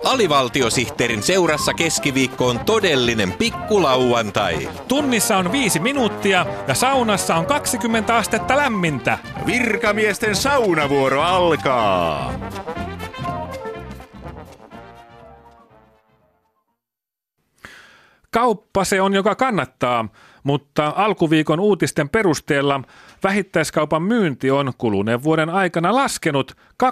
Alivaltiosihteerin seurassa keskiviikko on todellinen pikkulauantai. Tunnissa on 5 minuuttia ja saunassa on 20 astetta lämmintä. Virkamiesten saunavuoro alkaa. Kauppa se on, joka kannattaa, mutta alkuviikon uutisten perusteella vähittäiskaupan myynti on kuluneen vuoden aikana laskenut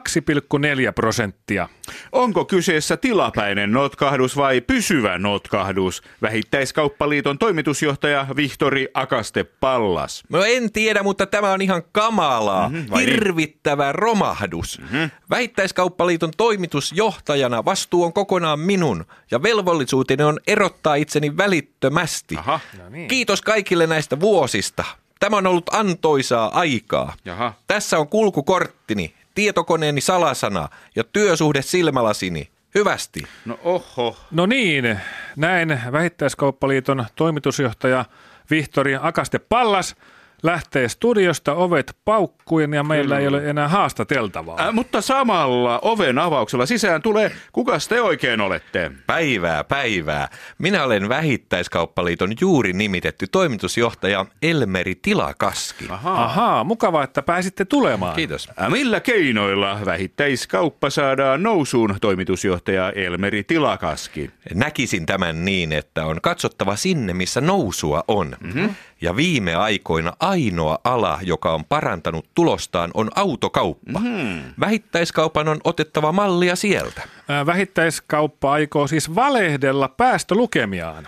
2,4%. Onko kyseessä tilapäinen notkahdus vai pysyvä notkahdus? Vähittäiskauppaliiton toimitusjohtaja Vihtori Akaste-Pallas. No en tiedä, mutta tämä on ihan kamalaa. Hirvittävä romahdus. Vähittäiskauppaliiton toimitusjohtajana vastuu on kokonaan minun ja velvollisuuteni on erottaa itseni välittömästi. Aha. No niin. Kiitos kaikille näistä vuosista. Tämä on ollut antoisaa aikaa. Jaha. Tässä on kulkukorttini, tietokoneeni salasana ja työsuhde silmälasini. Hyvästi. No oho. No niin, näin Vähittäiskauppaliiton toimitusjohtaja Vihtori Akaste-Pallas lähtee studiosta ovet paukkujen ja meillä ei ole enää haastateltavaa. Mutta samalla oven avauksella sisään tulee, kukas te oikein olette? Päivää. Minä olen Vähittäiskauppaliiton juuri nimitetty toimitusjohtaja Elmeri Tilakaski. Ahaa, mukavaa, että pääsitte tulemaan. Kiitos. Millä keinoilla vähittäiskauppa saadaan nousuun, toimitusjohtaja Elmeri Tilakaski? Näkisin tämän niin, että on katsottava sinne, missä nousua on. Ja viime aikoina ainoa ala, joka on parantanut tulostaan, on autokauppa. Vähittäiskaupan on otettava mallia sieltä. Vähittäiskauppa aikoo siis valehdella päästölukemiaan.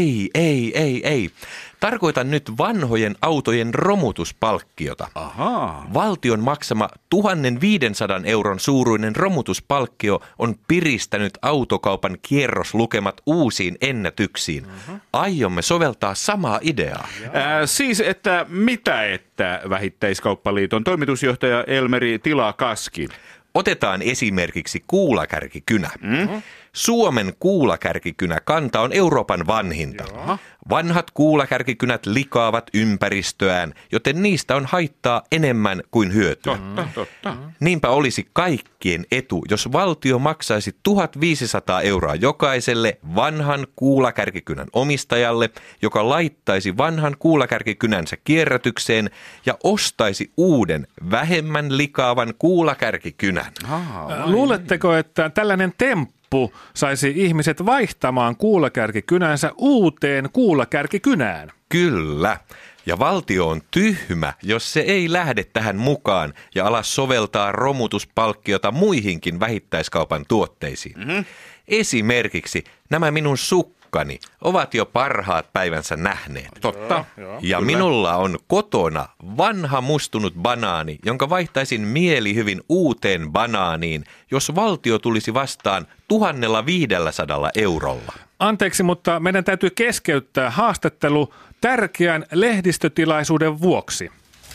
Ei. Tarkoitan nyt vanhojen autojen romutuspalkkiota. Ahaa. Valtion maksama 1500 euron suuruinen romutuspalkkio on piristänyt autokaupan kierroslukemat uusiin ennätyksiin. Aiomme soveltaa samaa ideaa. Siis että Vähittäiskauppaliiton toimitusjohtaja Elmeri Tilakaski? Otetaan esimerkiksi kuulakärkikynä. Suomen kuulakärkikynä kanta on Euroopan vanhinta. Vanhat kuulakärkikynät likaavat ympäristöään, joten niistä on haittaa enemmän kuin hyötyä. Totta. Niinpä olisi kaikkien etu, jos valtio maksaisi 1500 euroa jokaiselle vanhan kuulakärkikynän omistajalle, joka laittaisi vanhan kuulakärkikynänsä kierrätykseen ja ostaisi uuden, vähemmän likaavan kuulakärkikynän. Luuletteko, että tällainen temppu saisi ihmiset vaihtamaan kuulakärkikynänsä uuteen kuulakärkikynään? Kyllä. Ja valtio on tyhmä, jos se ei lähde tähän mukaan ja ala soveltaa romutuspalkkiota muihinkin vähittäiskaupan tuotteisiin. Esimerkiksi nämä minun sukkani ovat jo parhaat päivänsä nähneet. Totta. Ja minulla on kotona vanha mustunut banaani, jonka vaihtaisin mielihyvin uuteen banaaniin, jos valtio tulisi vastaan 1500 eurolla. Anteeksi, mutta meidän täytyy keskeyttää haastattelu tärkeän lehdistötilaisuuden vuoksi.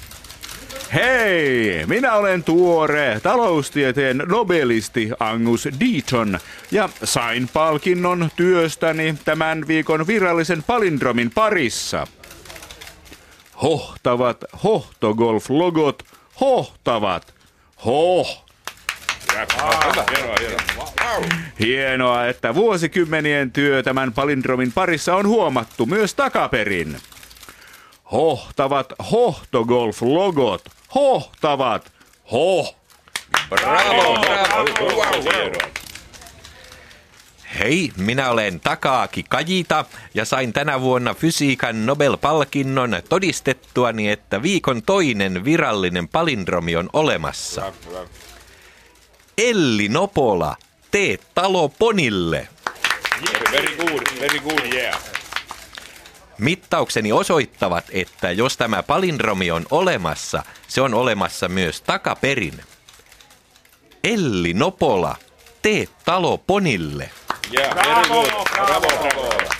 Hei, minä olen tuore taloustieteen nobelisti Angus Deaton ja sain palkinnon työstäni tämän viikon virallisen palindromin parissa. Hohtavat hohtogolf-logot, hohtavat, Hienoa, että vuosikymmenien työ tämän palindromin parissa on huomattu myös takaperin. Hohtavat hohtogolf-logot, hohtavat, Bravo! Hei, minä olen Takaaki Kajita ja sain tänä vuonna fysiikan Nobel-palkinnon todistettuani, että viikon toinen virallinen palindromi on olemassa. Elli Nopola, tee talo ponille. Very good, yeah. Mittaukseni osoittavat, että jos tämä palindromi on olemassa, se on olemassa myös takaperin. Elli Nopola, tee talo ponille. Yeah, very good. Bravo.